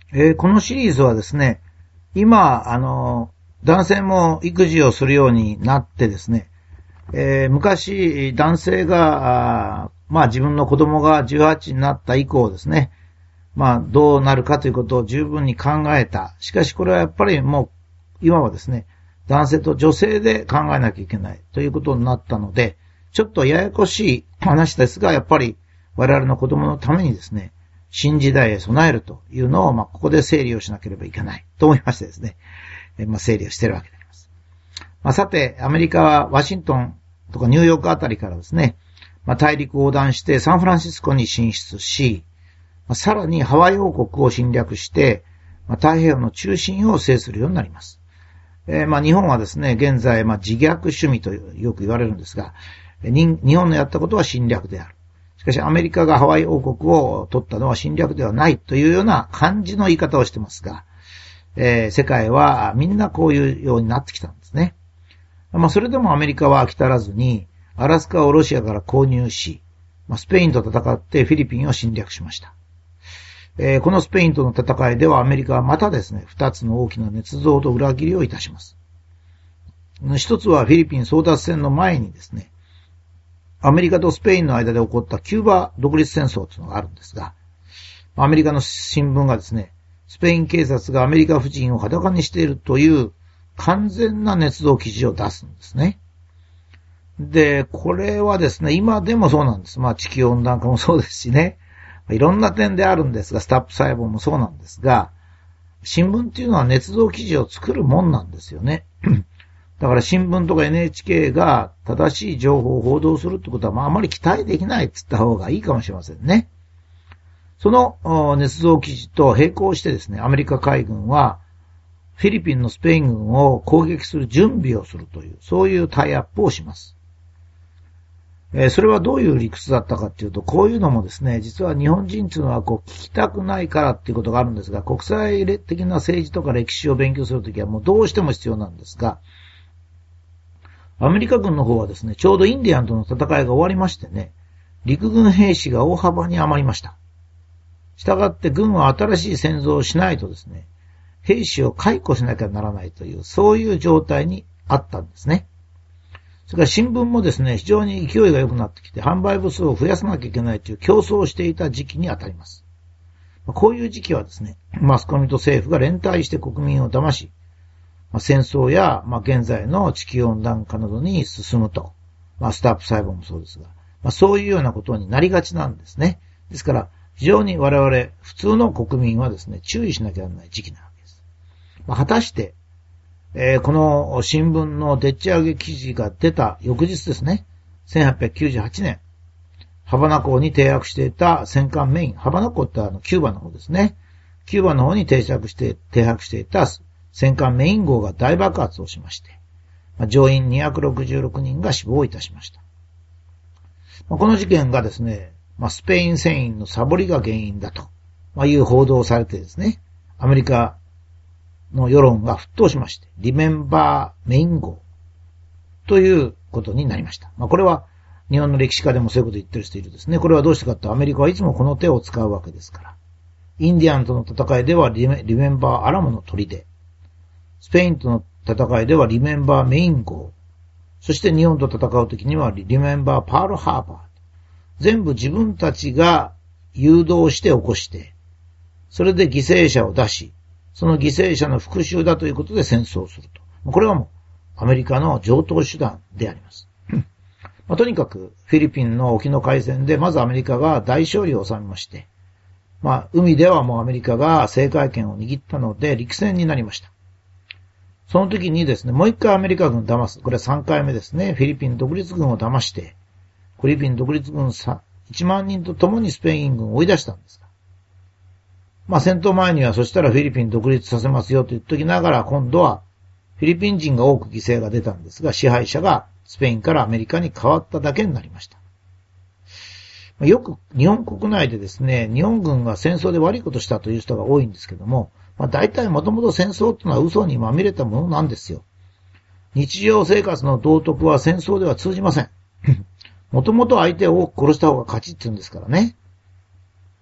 このシリーズはですね、今、男性も育児をするようになってですね、昔、男性が、自分の子供が18になった以降ですね、どうなるかということを十分に考えた。しかしこれはやっぱりもう、今はですね、男性と女性で考えなきゃいけないということになったので、ちょっとややこしい話ですが、やっぱり我々の子供のためにですね、新時代へ備えるというのを、ここで整理をしなければいけないと思いましてですね、整理をしているわけであります。さて、アメリカはワシントンとかニューヨークあたりからですね、大陸横断してサンフランシスコに進出し、さらにハワイ王国を侵略して、太平洋の中心を制するようになります。日本はですね、現在、自虐趣味とよく言われるんですが、日本のやったことは侵略である。しかしアメリカがハワイ王国を取ったのは侵略ではないというような感じの言い方をしてますが、世界はみんなこういうようになってきたんですね。それでもアメリカは飽き足らずに、アラスカをロシアから購入し、スペインと戦ってフィリピンを侵略しました。このスペインとの戦いではアメリカはまたですね、二つの大きな捏造と裏切りをいたします。一つはフィリピン争奪戦の前にですね、アメリカとスペインの間で起こったキューバ独立戦争というのがあるんですが、アメリカの新聞がですね、スペイン警察がアメリカ婦人を裸にしているという完全な捏造記事を出すんですね。で、これはですね、今でもそうなんです。地球温暖化もそうですしね。いろんな点であるんですが、スタップ細胞もそうなんですが、新聞っていうのは捏造記事を作るもんなんですよね。だから新聞とか NHK が正しい情報を報道するってことは、あまり期待できないって言った方がいいかもしれませんね。その捏造記事と並行してですね、アメリカ海軍はフィリピンのスペイン軍を攻撃する準備をするという、そういうタイアップをします。それはどういう理屈だったかっていうと、こういうのもですね、実は日本人っていうのは聞きたくないからっていうことがあるんですが、国際的な政治とか歴史を勉強するときはもうどうしても必要なんですが、アメリカ軍の方はですね、ちょうどインディアンとの戦いが終わりましてね、陸軍兵士が大幅に余りました。したがって軍は新しい戦争をしないとですね、兵士を解雇しなきゃならないという、そういう状態にあったんですね。それから新聞もですね、非常に勢いが良くなってきて、販売部数を増やさなきゃいけないという競争をしていた時期にあたります。こういう時期はですね、マスコミと政府が連帯して国民を騙し、戦争や、現在の地球温暖化などに進むと。スタップ細胞もそうですが、そういうようなことになりがちなんですね。ですから、非常に我々、普通の国民はですね、注意しなきゃならない時期なわけです。果たして、この新聞のでっち上げ記事が出た翌日ですね、1898年、ハバナ港に停泊していた戦艦メイン、ハバナ港ってキューバの方ですね。キューバの方に停泊していた戦艦メイン号が大爆発をしまして、乗員266人が死亡いたしました。この事件がですね、スペイン船員のサボりが原因だという報道をされてですね、アメリカの世論が沸騰しまして、リメンバーメイン号ということになりました。これは日本の歴史家でもそういうこと言ってる人いるですね。これはどうしてかとアメリカはいつもこの手を使うわけですから。インディアンとの戦いではリメンバーアラモの砦。スペインとの戦いではリメンバーメイン号。そして日本と戦うときにはリメンバーパールハーバー。全部自分たちが誘導して起こして、それで犠牲者を出し、その犠牲者の復讐だということで戦争をすると。これはもうアメリカの常套手段であります。とにかくフィリピンの沖の海戦でまずアメリカが大勝利を収めまして、海ではもうアメリカが制海権を握ったので陸戦になりました。その時にですね、もう一回アメリカ軍を騙す。これは3回目ですね。フィリピン独立軍を騙して、フィリピン独立軍1万人と共にスペイン軍を追い出したんですが。戦闘前にはそしたらフィリピン独立させますよと言っときながら、今度はフィリピン人が多く犠牲が出たんですが、支配者がスペインからアメリカに変わっただけになりました。よく日本国内でですね、日本軍が戦争で悪いことしたという人が多いんですけども、大体もともと戦争ってのは嘘にまみれたものなんですよ。日常生活の道徳は戦争では通じません。もともと相手を殺した方が勝ちって言うんですからね。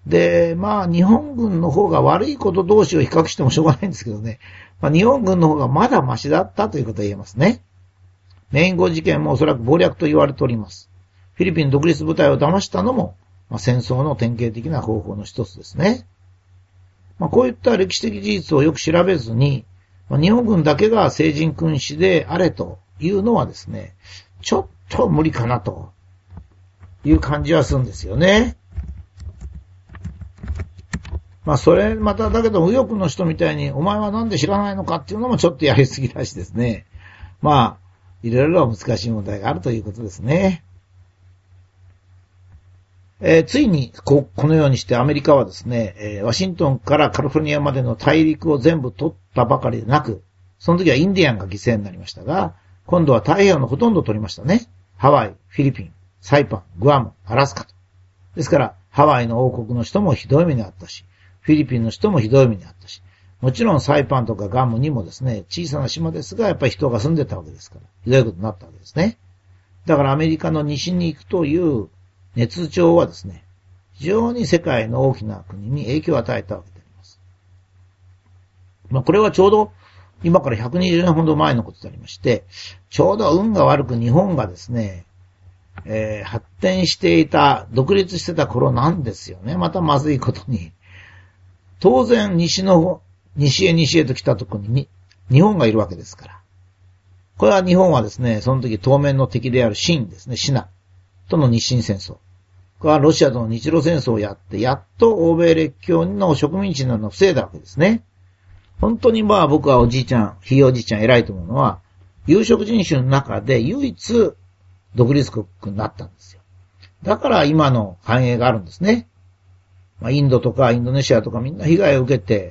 で、まあ日本軍の方が悪いこと同士を比較してもしょうがないんですけどね。まあ日本軍の方がまだマシだったということが言えますね。メイン号事件もおそらく謀略と言われております。フィリピン独立部隊を騙したのも、まあ、戦争の典型的な方法の一つですね。まあこういった歴史的事実をよく調べずに、まあ、日本軍だけが聖人君子であれというのはですね、ちょっと無理かなという感じはするんですよね。まあそれまただけど右翼の人みたいにお前はなんで知らないのかっていうのもちょっとやりすぎらしいですね。まあいろいろ難しい問題があるということですね。ついにこのようにしてアメリカはですね、ワシントンからカリフォルニアまでの大陸を全部取ったばかりでなく、その時はインディアンが犠牲になりましたが、今度は太平洋のほとんどを取りましたね。ハワイ、フィリピン、サイパン、グアム、アラスカと。ですから、ハワイの王国の人もひどい目にあったし、フィリピンの人もひどい目にあったし、もちろんサイパンとかグアムにもですね、小さな島ですが、やっぱり人が住んでたわけですから、ひどいことになったわけですね。だからアメリカの西に行くという熱潮はですね、非常に世界の大きな国に影響を与えたわけであります。まあこれはちょうど今から120年ほど前のことでありまして、ちょうど運が悪く日本がですね、発展していた、独立してた頃なんですよね。またまずいことに。当然西へと来たところに日本がいるわけですから。これは日本はですね、その時当面の敵である清ですね、シナとの日清戦争。これはロシアとの日露戦争をやって、やっと欧米列強の植民地になるのを防いだわけですね。本当にまあ僕はひいおじいちゃん偉いと思うのは、有色人種の中で唯一独立国になったんですよ。だから今の繁栄があるんですね。まあ、インドとかインドネシアとかみんな被害を受けて、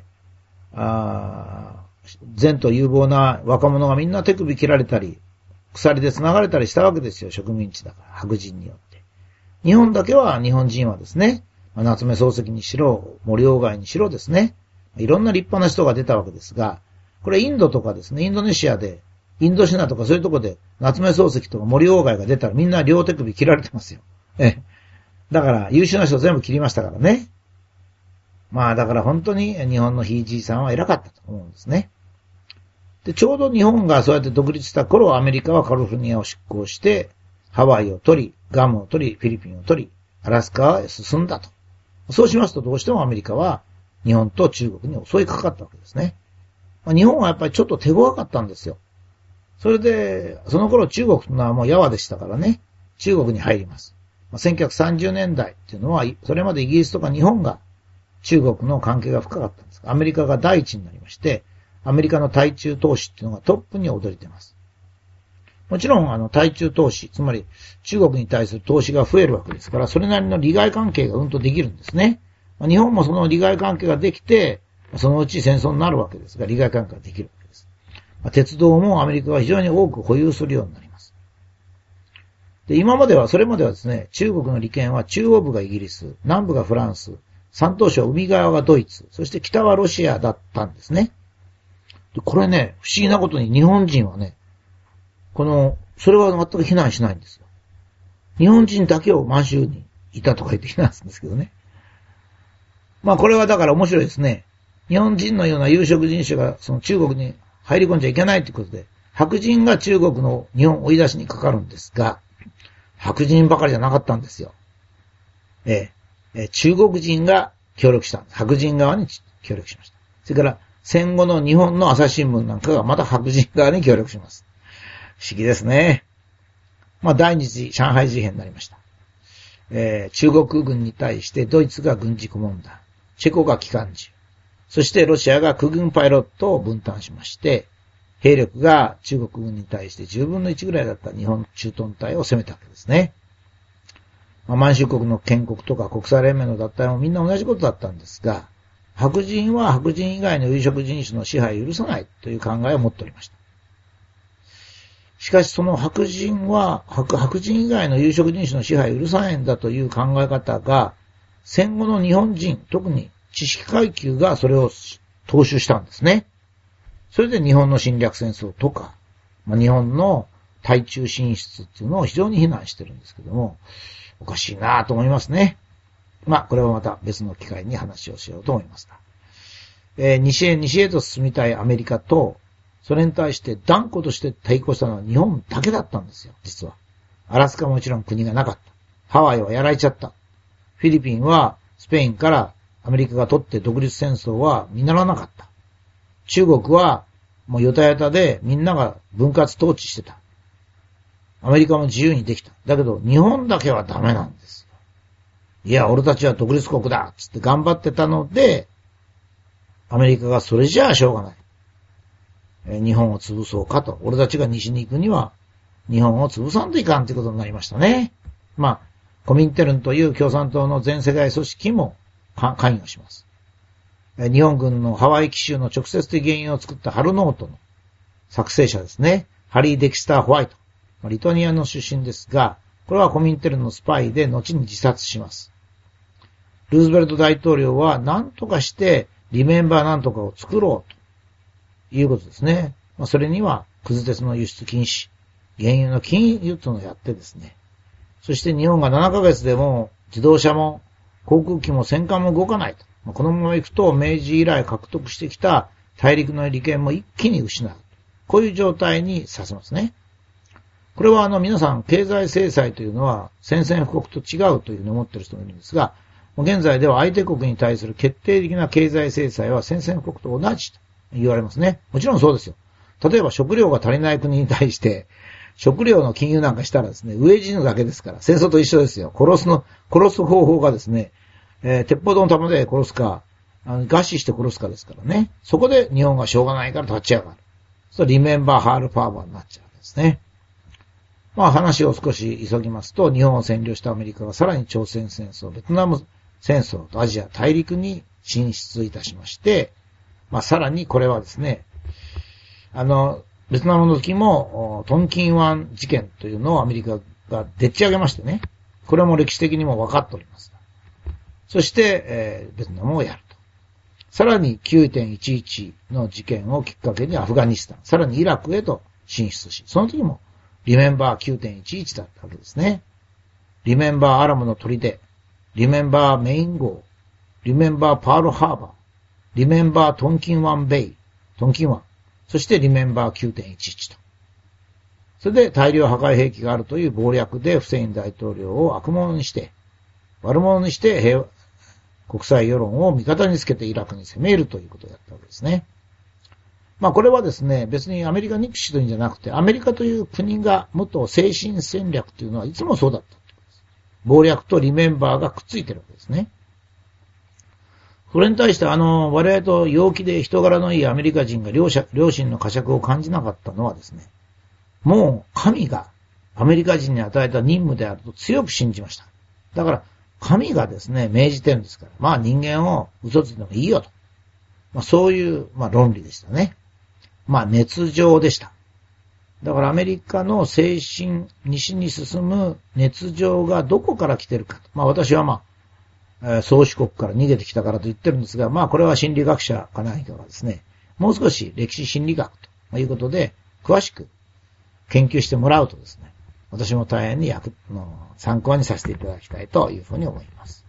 前途有望な若者がみんな手首切られたり、鎖で繋がれたりしたわけですよ、植民地だから、白人によって。日本人はですね、夏目漱石にしろ、森鴎外にしろですね、いろんな立派な人が出たわけですが、これインドとかですね、インドネシアで、インドシナとかそういうとこで、夏目漱石とか森鴎外が出たらみんな両手首切られてますよ。だから優秀な人全部切りましたからね。まあだから本当に日本のひいじいさんは偉かったと思うんですね。で、ちょうど日本がそうやって独立した頃、アメリカはカリフォルニアを出港して、ハワイを取り、グアムを取り、フィリピンを取り、アラスカへ進んだと。そうしますとどうしてもアメリカは日本と中国に襲いかかったわけですね。日本はやっぱりちょっと手強かったんですよ。それで、その頃中国というのはもうやわでしたからね、中国に入ります。1930年代っていうのは、それまでイギリスとか日本が中国の関係が深かったんですが、アメリカが第一になりまして、アメリカの対中投資っていうのがトップに躍り出ます。もちろん、対中投資、つまり中国に対する投資が増えるわけですから、それなりの利害関係がとできるんですね。日本もその利害関係ができて、そのうち戦争になるわけですが、利害関係ができるわけです。鉄道もアメリカが非常に多く保有するようになります。で、それまではですね、中国の利権は中央部がイギリス、南部がフランス、山東省海側がドイツ、そして北はロシアだったんですね。でこれね、不思議なことに日本人はね、それは全く非難しないんですよ。日本人だけを満州にいたとか言って非難するんですけどね。まあこれはだから面白いですね。日本人のような有色人種がその中国に入り込んじゃいけないということで、白人が中国の日本追い出しにかかるんですが、白人ばかりじゃなかったんですよ。中国人が協力したんです。白人側に協力しました。それから戦後の日本の朝日新聞なんかがまた白人側に協力します。不思議ですね。まあ第二次上海事変になりました。中国軍に対してドイツが軍事顧問団、チェコが機関銃、そしてロシアが空軍パイロットを分担しまして、兵力が中国軍に対して10分の1ぐらいだった日本駐屯隊を攻めたわけですね。満州国の建国とか国際連盟の脱退もみんな同じことだったんですが、白人は白人以外の有色人種の支配を許さないという考えを持っておりました。しかしその白人以外の有色人種の支配を許さないんだという考え方が、戦後の日本人、特に知識階級がそれを踏襲したんですね。それで日本の侵略戦争とか、日本の対中進出っていうのを非常に非難してるんですけども、おかしいなぁと思いますね。 これはまた別の機会に話をしようと思いますが。西へと進みたいアメリカと、それに対して断固として対抗したのは日本だけだったんですよ、実は。アラスカもちろん国がなかった。ハワイはやられちゃった。フィリピンはスペインからアメリカが取って独立戦争は実らなかった。中国はもうヨタヨタでみんなが分割統治してた。アメリカも自由にできた。だけど日本だけはダメなんですよ。いや、俺たちは独立国だつって頑張ってたので、アメリカがそれじゃあしょうがない。日本を潰そうかと。俺たちが西に行くには日本を潰さんといかんということになりましたね。コミンテルンという共産党の全世界組織も関与します。日本軍のハワイ奇襲の直接的原因を作ったハルノートの作成者ですね。ハリー・デキスター・ホワイト。リトアニアの出身ですが、これはコミンテルンのスパイで後に自殺します。ルーズベルト大統領は何とかしてリメンバーなんとかを作ろうということですね。それには、くず鉄の輸出禁止、原油の禁輸というのをやってですね。そして日本が7ヶ月でも自動車も航空機も戦艦も動かないと。このまま行くと明治以来獲得してきた大陸の利権も一気に失う。こういう状態にさせますね。これは皆さん経済制裁というのは宣戦布告と違うというふうに思っている人もいるんですが、現在では相手国に対する決定的な経済制裁は宣戦布告と同じと言われますね。もちろんそうですよ。例えば食料が足りない国に対して食料の禁輸なんかしたらですね、飢え死ぬだけですから、戦争と一緒ですよ。殺す方法がですね、鉄砲の弾で殺すか、餓死して殺すかですからね。そこで日本がしょうがないから立ち上がる。そうリメンバーハールパワーになっちゃうわけですね。話を少し急ぎますと、日本を占領したアメリカがさらに朝鮮戦争、ベトナム戦争とアジア大陸に進出いたしまして、さらにこれはですね、ベトナムの時もトンキン湾事件というのをアメリカがでっち上げましてね、これも歴史的にも分かっております。そして、ベトナムをやると。さらに 9.11 の事件をきっかけにアフガニスタン、さらにイラクへと進出し、その時もリメンバー 9.11 だったわけですね。リメンバーアラムの砦、リメンバーメイン号、リメンバーパールハーバー、リメンバートンキン湾ベイ、トンキン湾、そしてリメンバー 9.11 と。それで大量破壊兵器があるという謀略でフセイン大統領を悪者にして、悪者にして国際世論を味方につけてイラクに攻めるということをやったわけですね。これはですね、別にアメリカ憎しというんじゃなくて、アメリカという国がもっと精神戦略というのはいつもそうだったということです。謀略とリメンバーがくっついてるわけですね。それに対して我々と陽気で人柄のいいアメリカ人が良心の呵責を感じなかったのはですね、もう神がアメリカ人に与えた任務であると強く信じました。だから神がですね、命じてるんですから、人間を嘘ついてもいいよと。そういう、論理でしたね。熱情でした。だからアメリカの西に進む熱情がどこから来てるかと。私は宗主国から逃げてきたからと言ってるんですが、これは心理学者か何かがですね、もう少し歴史心理学ということで、詳しく研究してもらうとですね、私も大変に参考にさせていただきたいというふうに思います。